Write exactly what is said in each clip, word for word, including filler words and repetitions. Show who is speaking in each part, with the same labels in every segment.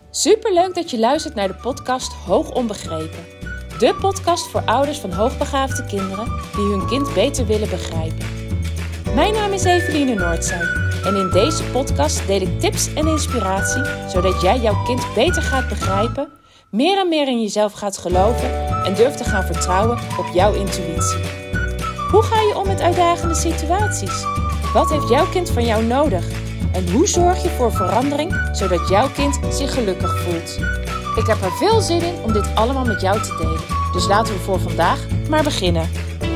Speaker 1: Superleuk dat je luistert naar de podcast Hoog Onbegrepen. De podcast voor ouders van hoogbegaafde kinderen die hun kind beter willen begrijpen. Mijn naam is Eveline Noordzij en in deze podcast deel ik tips en inspiratie zodat jij jouw kind beter gaat begrijpen, meer en meer in jezelf gaat geloven en durft te gaan vertrouwen op jouw intuïtie. Hoe ga je om met uitdagende situaties? Wat heeft jouw kind van jou nodig? En hoe zorg je voor verandering, zodat jouw kind zich gelukkig voelt? Ik heb er veel zin in om dit allemaal met jou te delen. Dus laten we voor vandaag maar beginnen.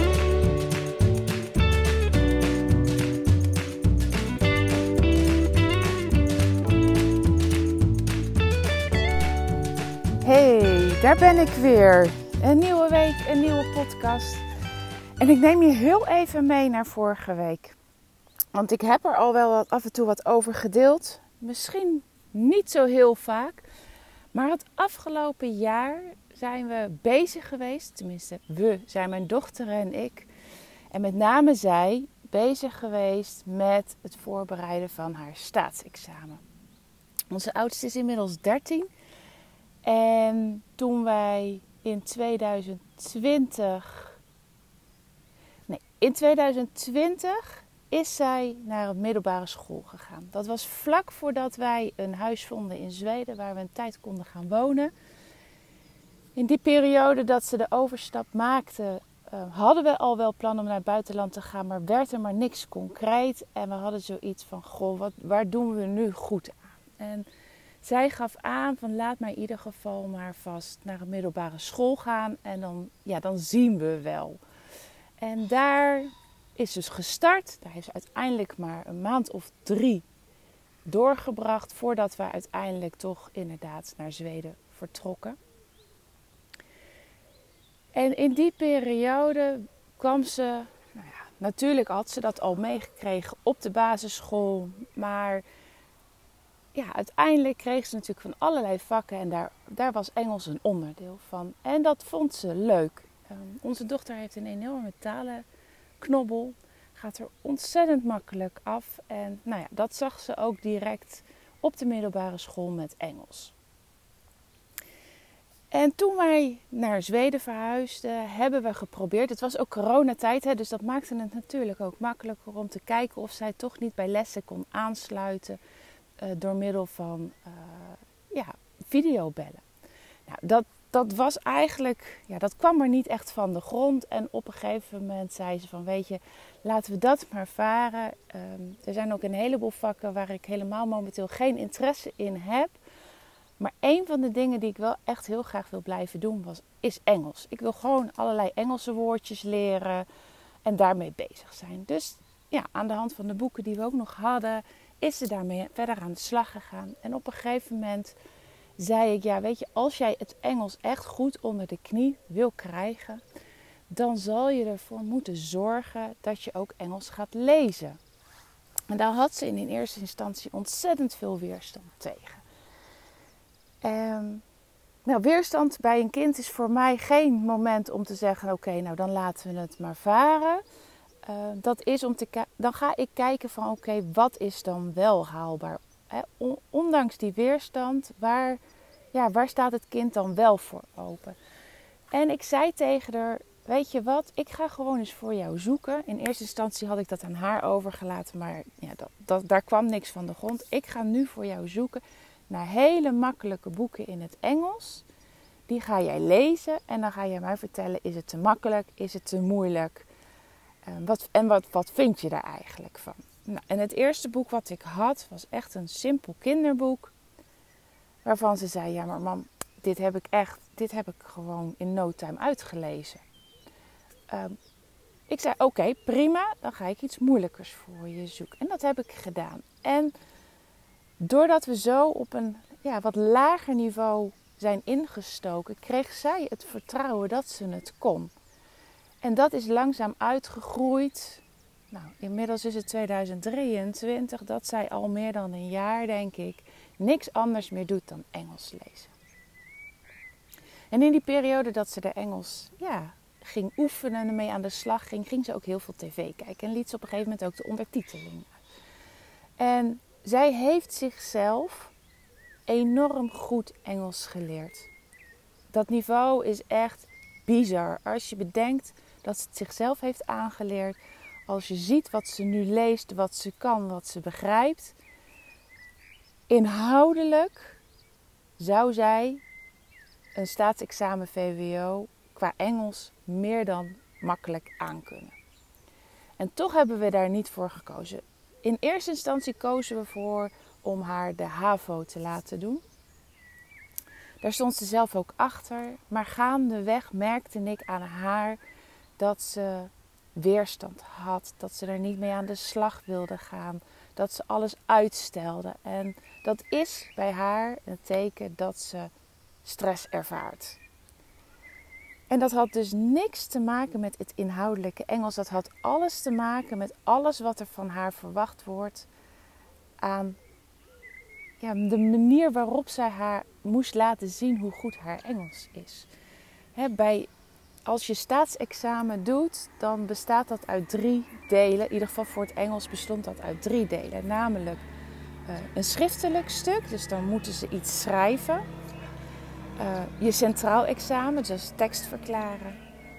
Speaker 2: Hey, daar ben ik weer. Een nieuwe week, een nieuwe podcast. En ik neem je heel even mee naar vorige week. Want ik heb er al wel wat, af en toe wat over gedeeld. Misschien niet zo heel vaak. Maar het afgelopen jaar zijn we bezig geweest. Tenminste, we zijn mijn dochter en ik. En met name zij bezig geweest met het voorbereiden van haar staatsexamen. Onze oudste is inmiddels dertien. En toen wij in tweeduizend twintig... Nee, in tweeduizend twintig... is zij naar een middelbare school gegaan. Dat was vlak voordat wij een huis vonden in Zweden waar we een tijd konden gaan wonen. In die periode dat ze de overstap maakte, uh, hadden we al wel plannen om naar het buitenland te gaan, maar werd er maar niks concreet. En we hadden zoiets van, goh, wat, waar doen we nu goed aan? En zij gaf aan van laat mij in ieder geval maar vast naar een middelbare school gaan en dan, ja, dan zien we wel. En daar is dus gestart. Daar heeft ze uiteindelijk maar een maand of drie doorgebracht voordat we uiteindelijk toch inderdaad naar Zweden vertrokken. En in die periode kwam ze, nou ja, natuurlijk had ze dat al meegekregen op de basisschool, maar ja, uiteindelijk kreeg ze natuurlijk van allerlei vakken en daar, daar was Engels een onderdeel van. En dat vond ze leuk. Um, onze dochter heeft een enorme talenknobbel. Gaat er ontzettend makkelijk af. En nou ja, dat zag ze ook direct op de middelbare school met Engels. En toen wij naar Zweden verhuisden, hebben we geprobeerd. Het was ook coronatijd, hè, dus dat maakte het natuurlijk ook makkelijker om te kijken of zij toch niet bij lessen kon aansluiten uh, door middel van uh, ja, videobellen. Nou, dat, dat was eigenlijk, ja, dat kwam er niet echt van de grond. En op een gegeven moment zei ze van, weet je, laten we dat maar varen. Um, er zijn ook een heleboel vakken waar ik helemaal momenteel geen interesse in heb. Maar een van de dingen die ik wel echt heel graag wil blijven doen, was, is Engels. Ik wil gewoon allerlei Engelse woordjes leren en daarmee bezig zijn. Dus ja, aan de hand van de boeken die we ook nog hadden, is ze daarmee verder aan de slag gegaan. En op een gegeven moment zei ik, ja, weet je, als jij het Engels echt goed onder de knie wil krijgen, dan zal je ervoor moeten zorgen dat je ook Engels gaat lezen. En daar had ze in eerste instantie ontzettend veel weerstand tegen. Um, nou, weerstand bij een kind is voor mij geen moment om te zeggen, oké, okay, nou dan laten we het maar varen. Uh, dat is om te ki- dan ga ik kijken van, oké, okay, wat is dan wel haalbaar? He, on- ondanks die weerstand, waar, ja, waar staat het kind dan wel voor open? En ik zei tegen haar, weet je wat, ik ga gewoon eens voor jou zoeken. In eerste instantie had ik dat aan haar overgelaten, maar ja, dat, dat, daar kwam niks van de grond. Ik ga nu voor jou zoeken naar hele makkelijke boeken in het Engels. Die ga jij lezen en dan ga jij mij vertellen, is het te makkelijk, is het te moeilijk? En wat, en wat, wat vind je daar eigenlijk van? Nou, en het eerste boek wat ik had was echt een simpel kinderboek. Waarvan ze zei, ja maar mam, dit heb ik echt, dit heb ik gewoon in no time uitgelezen. Um, ik zei, oké, okay, prima, dan ga ik iets moeilijkers voor je zoeken. En dat heb ik gedaan. En doordat we zo op een ja, wat lager niveau zijn ingestoken, kreeg zij het vertrouwen dat ze het kon. En dat is langzaam uitgegroeid. Nou, inmiddels is het tweeduizend drieëntwintig, dat zij al meer dan een jaar, denk ik, niks anders meer doet dan Engels lezen. En in die periode dat ze de Engels ja, ging oefenen en ermee aan de slag ging, ging ze ook heel veel tv kijken. En liet ze op een gegeven moment ook de ondertiteling uit. En zij heeft zichzelf enorm goed Engels geleerd. Dat niveau is echt bizar. Als je bedenkt dat ze het zichzelf heeft aangeleerd. Als je ziet wat ze nu leest, wat ze kan, wat ze begrijpt. Inhoudelijk zou zij een staatsexamen V W O qua Engels meer dan makkelijk aankunnen. En toch hebben we daar niet voor gekozen. In eerste instantie kozen we voor om haar de HAVO te laten doen. Daar stond ze zelf ook achter. Maar gaandeweg merkte ik aan haar dat ze weerstand had. Dat ze er niet mee aan de slag wilde gaan. Dat ze alles uitstelde. En dat is bij haar een teken dat ze stress ervaart. En dat had dus niks te maken met het inhoudelijke Engels. Dat had alles te maken met alles wat er van haar verwacht wordt aan ja, de manier waarop zij haar moest laten zien hoe goed haar Engels is. He, bij, als je staatsexamen doet, dan bestaat dat uit drie delen. In ieder geval voor het Engels bestond dat uit drie delen. Namelijk uh, een schriftelijk stuk, dus dan moeten ze iets schrijven. Uh, je centraal examen, dus tekst verklaren.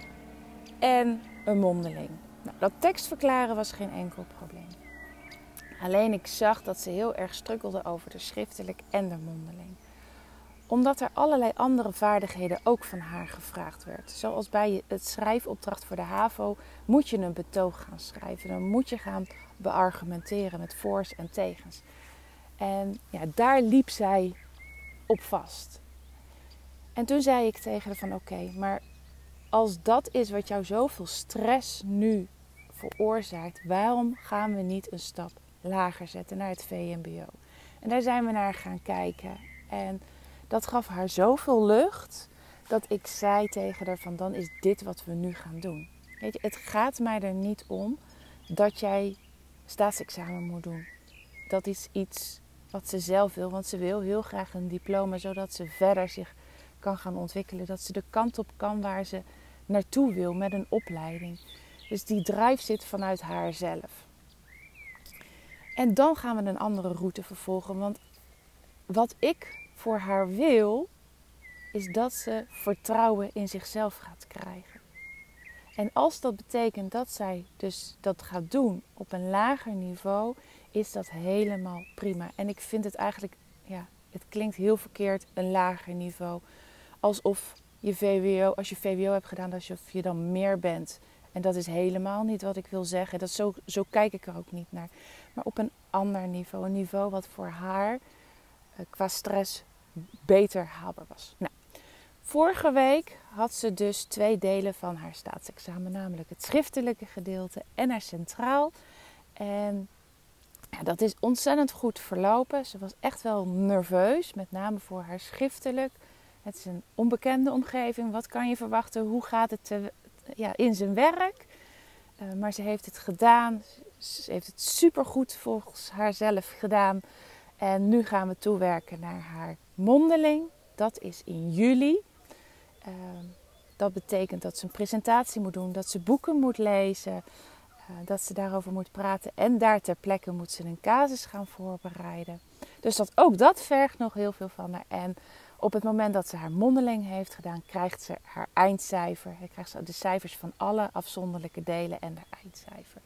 Speaker 2: En een mondeling. Nou, dat tekst verklaren was geen enkel probleem. Alleen ik zag dat ze heel erg strukkelde over de schriftelijk en de mondeling. Omdat er allerlei andere vaardigheden ook van haar gevraagd werd. Zoals bij het schrijfopdracht voor de HAVO moet je een betoog gaan schrijven. Dan moet je gaan beargumenteren met voor's en tegens. En ja, daar liep zij op vast. En toen zei ik tegen haar van oké, okay, maar als dat is wat jou zoveel stress nu veroorzaakt, waarom gaan we niet een stap lager zetten naar het V M B O? En daar zijn we naar gaan kijken. En dat gaf haar zoveel lucht dat ik zei tegen haar van dan is dit wat we nu gaan doen. Weet je, het gaat mij er niet om dat jij staatsexamen moet doen. Dat is iets wat ze zelf wil, want ze wil heel graag een diploma zodat ze verder zich kan gaan ontwikkelen. Dat ze de kant op kan waar ze naartoe wil met een opleiding. Dus die drive zit vanuit haarzelf. En dan gaan we een andere route vervolgen. Want wat ik voor haar wil, is dat ze vertrouwen in zichzelf gaat krijgen. En als dat betekent dat zij dus dat gaat doen op een lager niveau, is dat helemaal prima. En ik vind het eigenlijk, ja, het klinkt heel verkeerd, een lager niveau. Alsof je V W O, als je V W O hebt gedaan, alsof je dan meer bent. En dat is helemaal niet wat ik wil zeggen. Dat zo, zo kijk ik er ook niet naar. Maar op een ander niveau. Een niveau wat voor haar uh, qua stress beter haalbaar was. Nou, vorige week had ze dus twee delen van haar staatsexamen. Namelijk het schriftelijke gedeelte en haar centraal. En ja, dat is ontzettend goed verlopen. Ze was echt wel nerveus. Met name voor haar schriftelijk. Het is een onbekende omgeving. Wat kan je verwachten? Hoe gaat het te, ja, in zijn werk? Uh, maar ze heeft het gedaan. Ze heeft het supergoed volgens haarzelf gedaan. En nu gaan we toewerken naar haar mondeling. Dat is in juli. Uh, dat betekent dat ze een presentatie moet doen. Dat ze boeken moet lezen. Uh, dat ze daarover moet praten. En daar ter plekke moet ze een casus gaan voorbereiden. Dus dat, ook dat vergt nog heel veel van haar. En op het moment dat ze haar mondeling heeft gedaan, krijgt ze haar eindcijfer. Hij krijgt ze de cijfers van alle afzonderlijke delen en haar eindcijfer.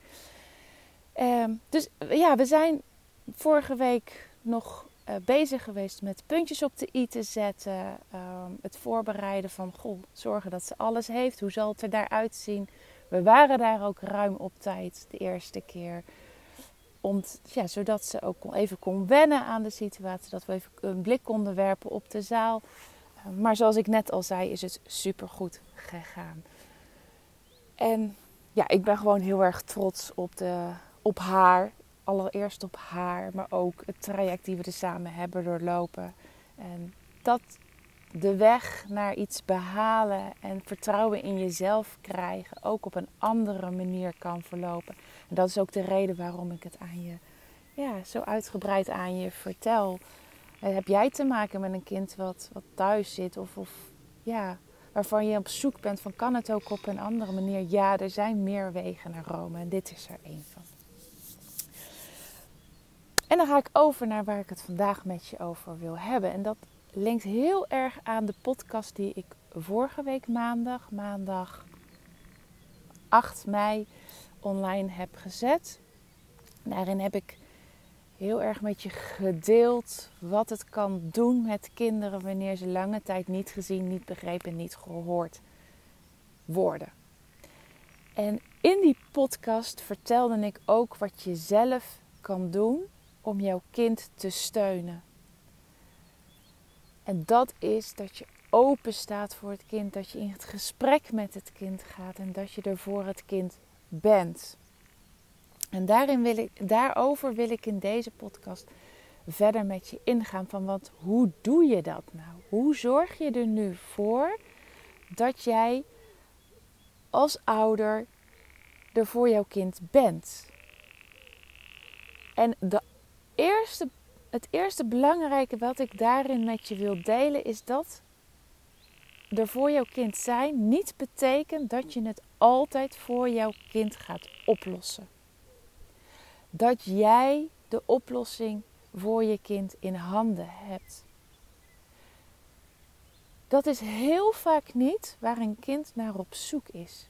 Speaker 2: Um, dus ja, we zijn vorige week nog uh, bezig geweest met puntjes op de i te zetten. Um, het voorbereiden van, goh, zorgen dat ze alles heeft. Hoe zal het er daaruit zien? We waren daar ook ruim op tijd de eerste keer. Om, ja, zodat ze ook even kon wennen aan de situatie. Dat we even een blik konden werpen op de zaal. Uh, maar zoals ik net al zei, is het supergoed gegaan. En ja, ik ben gewoon heel erg trots op, de, op haar. Allereerst op haar, maar ook het traject die we er samen hebben doorlopen. En dat de weg naar iets behalen en vertrouwen in jezelf krijgen ook op een andere manier kan verlopen. En dat is ook de reden waarom ik het aan je, ja, zo uitgebreid aan je vertel. Heb jij te maken met een kind wat, wat thuis zit of, of ja, waarvan je op zoek bent van kan het ook op een andere manier? Ja, er zijn meer wegen naar Rome en dit is er één van. En dan ga ik over naar waar ik het vandaag met je over wil hebben. En dat linkt heel erg aan de podcast die ik vorige week maandag, maandag acht mei, online heb gezet. Daarin heb ik heel erg met je gedeeld wat het kan doen met kinderen wanneer ze lange tijd niet gezien, niet begrepen en niet gehoord worden. En in die podcast vertelde ik ook wat je zelf kan doen om jouw kind te steunen. En dat is dat je open staat voor het kind, dat je in het gesprek met het kind gaat en dat je er voor het kind bent. En daarin wil ik, daarover wil ik in deze podcast verder met je ingaan van wat, hoe doe je dat nou? Hoe zorg je er nu voor dat jij als ouder er voor jouw kind bent? En de eerste, het eerste belangrijke wat ik daarin met je wil delen is dat er voor jouw kind zijn niet betekent dat je het altijd voor jouw kind gaat oplossen. Dat jij de oplossing voor je kind in handen hebt. Dat is heel vaak niet waar een kind naar op zoek is.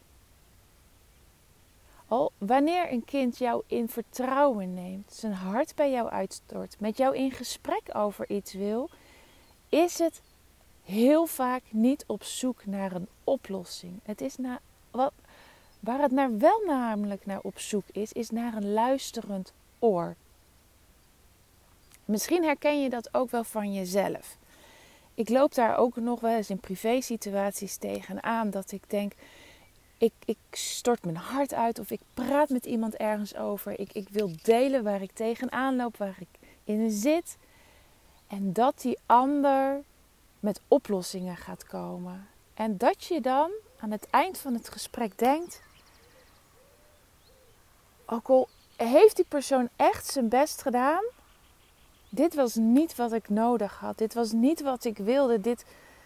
Speaker 2: Al wanneer een kind jou in vertrouwen neemt, zijn hart bij jou uitstort, met jou in gesprek over iets wil, is het heel vaak niet op zoek naar een oplossing. Het is naar, wat, waar het naar wel namelijk naar op zoek is, is naar een luisterend oor. Misschien herken je dat ook wel van jezelf. Ik loop daar ook nog wel eens in privé situaties tegenaan dat ik denk, ik, ik stort mijn hart uit of ik praat met iemand ergens over. Ik, ik wil delen waar ik tegenaan loop, waar ik in zit. En dat die ander met oplossingen gaat komen. En dat je dan aan het eind van het gesprek denkt, ook al heeft die persoon echt zijn best gedaan, dit was niet wat ik nodig had. Dit was niet wat ik wilde. Dit,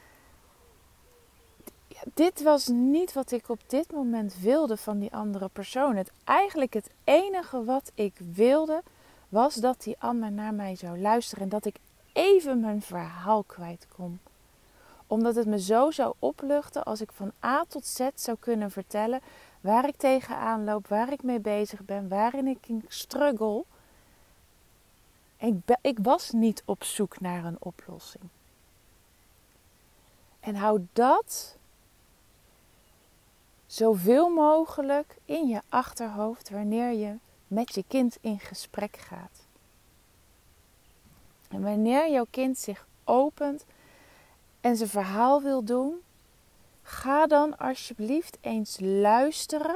Speaker 2: ja, dit was niet wat ik op dit moment wilde van die andere persoon. Het, eigenlijk het enige wat ik wilde was dat die ander naar mij zou luisteren. En dat ik even mijn verhaal kwijt kon. Omdat het me zo zou opluchten als ik van A tot Z zou kunnen vertellen waar ik tegenaan loop, waar ik mee bezig ben, waarin ik struggle. Ik, be, ik was niet op zoek naar een oplossing. En hou dat zoveel mogelijk in je achterhoofd wanneer je met je kind in gesprek gaat. En wanneer jouw kind zich opent en zijn verhaal wil doen, ga dan alsjeblieft eens luisteren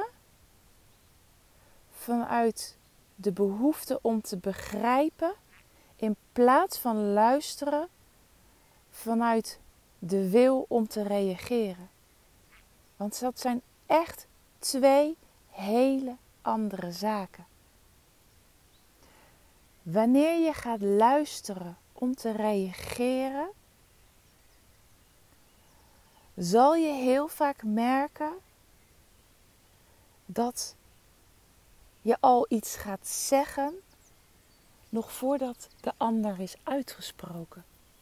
Speaker 2: vanuit de behoefte om te begrijpen, in plaats van luisteren vanuit de wil om te reageren. Want dat zijn echt twee hele andere zaken. Wanneer je gaat luisteren om te reageren, zal je heel vaak merken dat je al iets gaat zeggen nog voordat de ander is uitgesproken.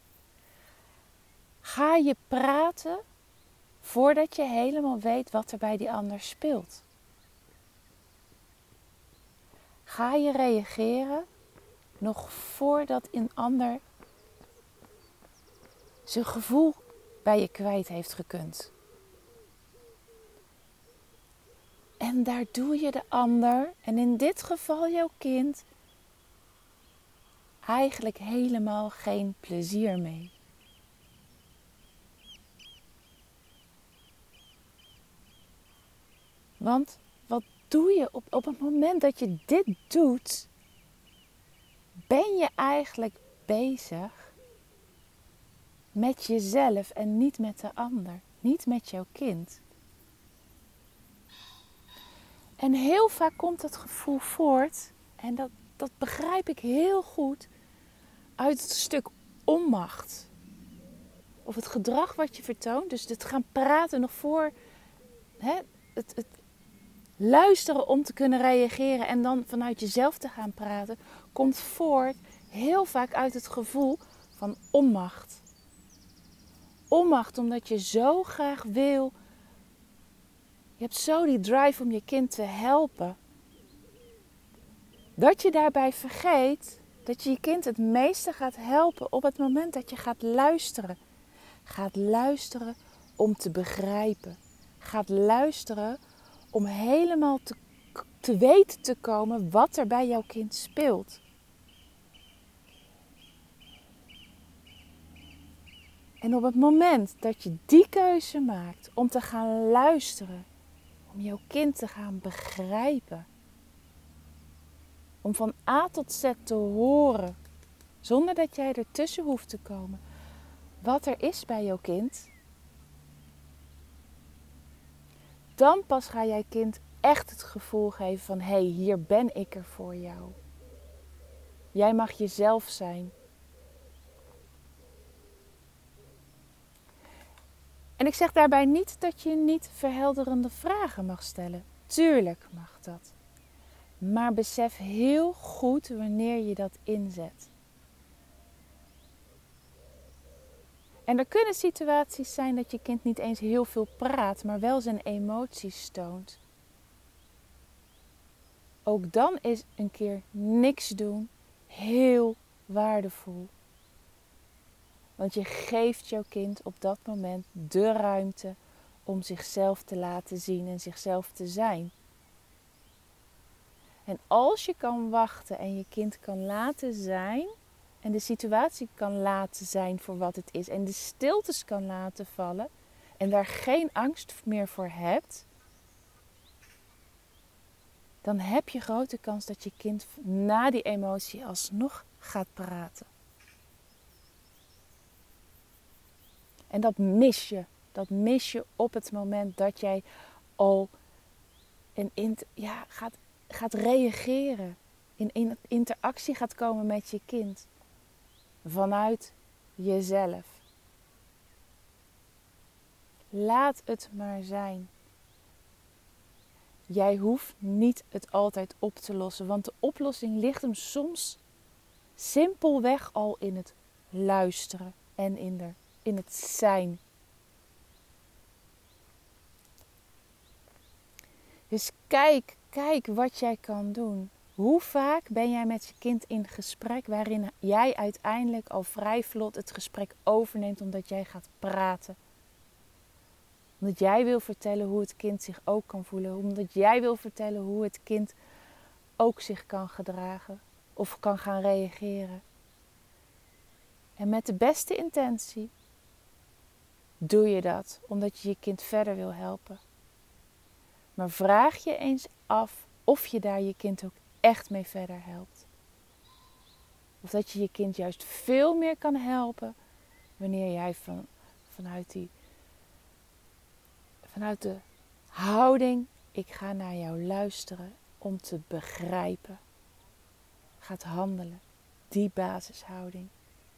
Speaker 2: Ga je praten voordat je helemaal weet wat er bij die ander speelt. Ga je reageren nog voordat een ander zijn gevoel bij je kwijt heeft gekund. En daar doe je de ander, en in dit geval jouw kind, eigenlijk helemaal geen plezier mee. Want wat doe je op, op het moment dat je dit doet, ben je eigenlijk bezig met jezelf en niet met de ander, niet met jouw kind. En heel vaak komt dat gevoel voort, en dat, dat begrijp ik heel goed, uit het stuk onmacht. Of het gedrag wat je vertoont, dus het gaan praten nog voor hè, het, het Luisteren om te kunnen reageren en dan vanuit jezelf te gaan praten, komt voort heel vaak uit het gevoel van onmacht. Onmacht omdat je zo graag wil. Je hebt zo die drive om je kind te helpen. Dat je daarbij vergeet dat je je kind het meeste gaat helpen op het moment dat je gaat luisteren. Gaat luisteren om te begrijpen. Gaat luisteren om helemaal te, te weten te komen wat er bij jouw kind speelt. En op het moment dat je die keuze maakt om te gaan luisteren, om jouw kind te gaan begrijpen, om van A tot Z te horen, zonder dat jij ertussen hoeft te komen, wat er is bij jouw kind, dan pas ga jij kind echt het gevoel geven van, hé, hey, hier ben ik er voor jou. Jij mag jezelf zijn. En ik zeg daarbij niet dat je niet verhelderende vragen mag stellen. Tuurlijk mag dat. Maar besef heel goed wanneer je dat inzet. En er kunnen situaties zijn dat je kind niet eens heel veel praat, maar wel zijn emoties toont. Ook dan is een keer niks doen heel waardevol. Want je geeft jouw kind op dat moment de ruimte om zichzelf te laten zien en zichzelf te zijn. En als je kan wachten en je kind kan laten zijn en de situatie kan laten zijn voor wat het is en de stiltes kan laten vallen en daar geen angst meer voor hebt, dan heb je grote kans dat je kind na die emotie alsnog gaat praten. En dat mis je. Dat mis je op het moment dat jij al in, in, ja, gaat, gaat reageren. In, in interactie gaat komen met je kind. Vanuit jezelf. Laat het maar zijn. Jij hoeft niet het altijd op te lossen. Want de oplossing ligt hem soms simpelweg al in het luisteren en in, de, in het zijn. Dus kijk, kijk wat jij kan doen. Hoe vaak ben jij met je kind in gesprek waarin jij uiteindelijk al vrij vlot het gesprek overneemt omdat jij gaat praten. Omdat jij wil vertellen hoe het kind zich ook kan voelen. Omdat jij wil vertellen hoe het kind ook zich kan gedragen of kan gaan reageren. En met de beste intentie doe je dat omdat je je kind verder wil helpen. Maar vraag je eens af of je daar je kind ook echt mee verder helpt. Of dat je je kind juist veel meer kan helpen wanneer jij van, vanuit, die, vanuit de houding, ik ga naar jou luisteren om te begrijpen, gaat handelen. Die basishouding.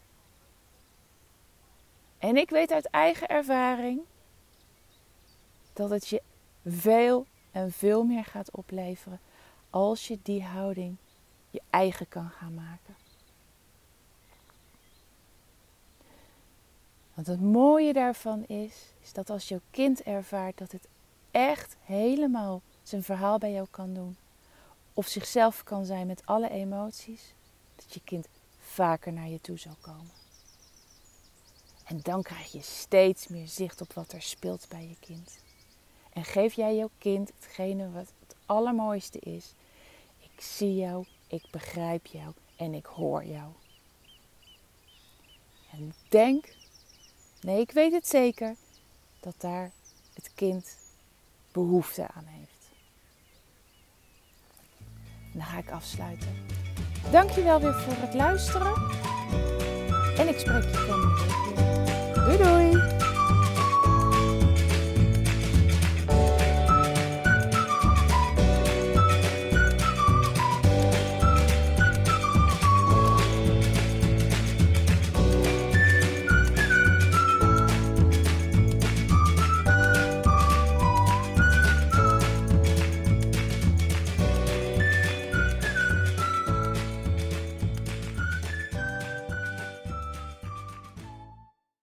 Speaker 2: En ik weet uit eigen ervaring dat het je veel en veel meer gaat opleveren als je die houding je eigen kan gaan maken. Want het mooie daarvan is, is dat als jouw kind ervaart dat het echt helemaal zijn verhaal bij jou kan doen, of zichzelf kan zijn met alle emoties, dat je kind vaker naar je toe zal komen. En dan krijg je steeds meer zicht op wat er speelt bij je kind. En geef jij jouw kind hetgene wat het allermooiste is. Ik zie jou, ik begrijp jou en ik hoor jou. En denk, nee, ik weet het zeker, dat daar het kind behoefte aan heeft. En dan ga ik afsluiten. Dank je wel weer voor het luisteren. En ik spreek je komende week weer.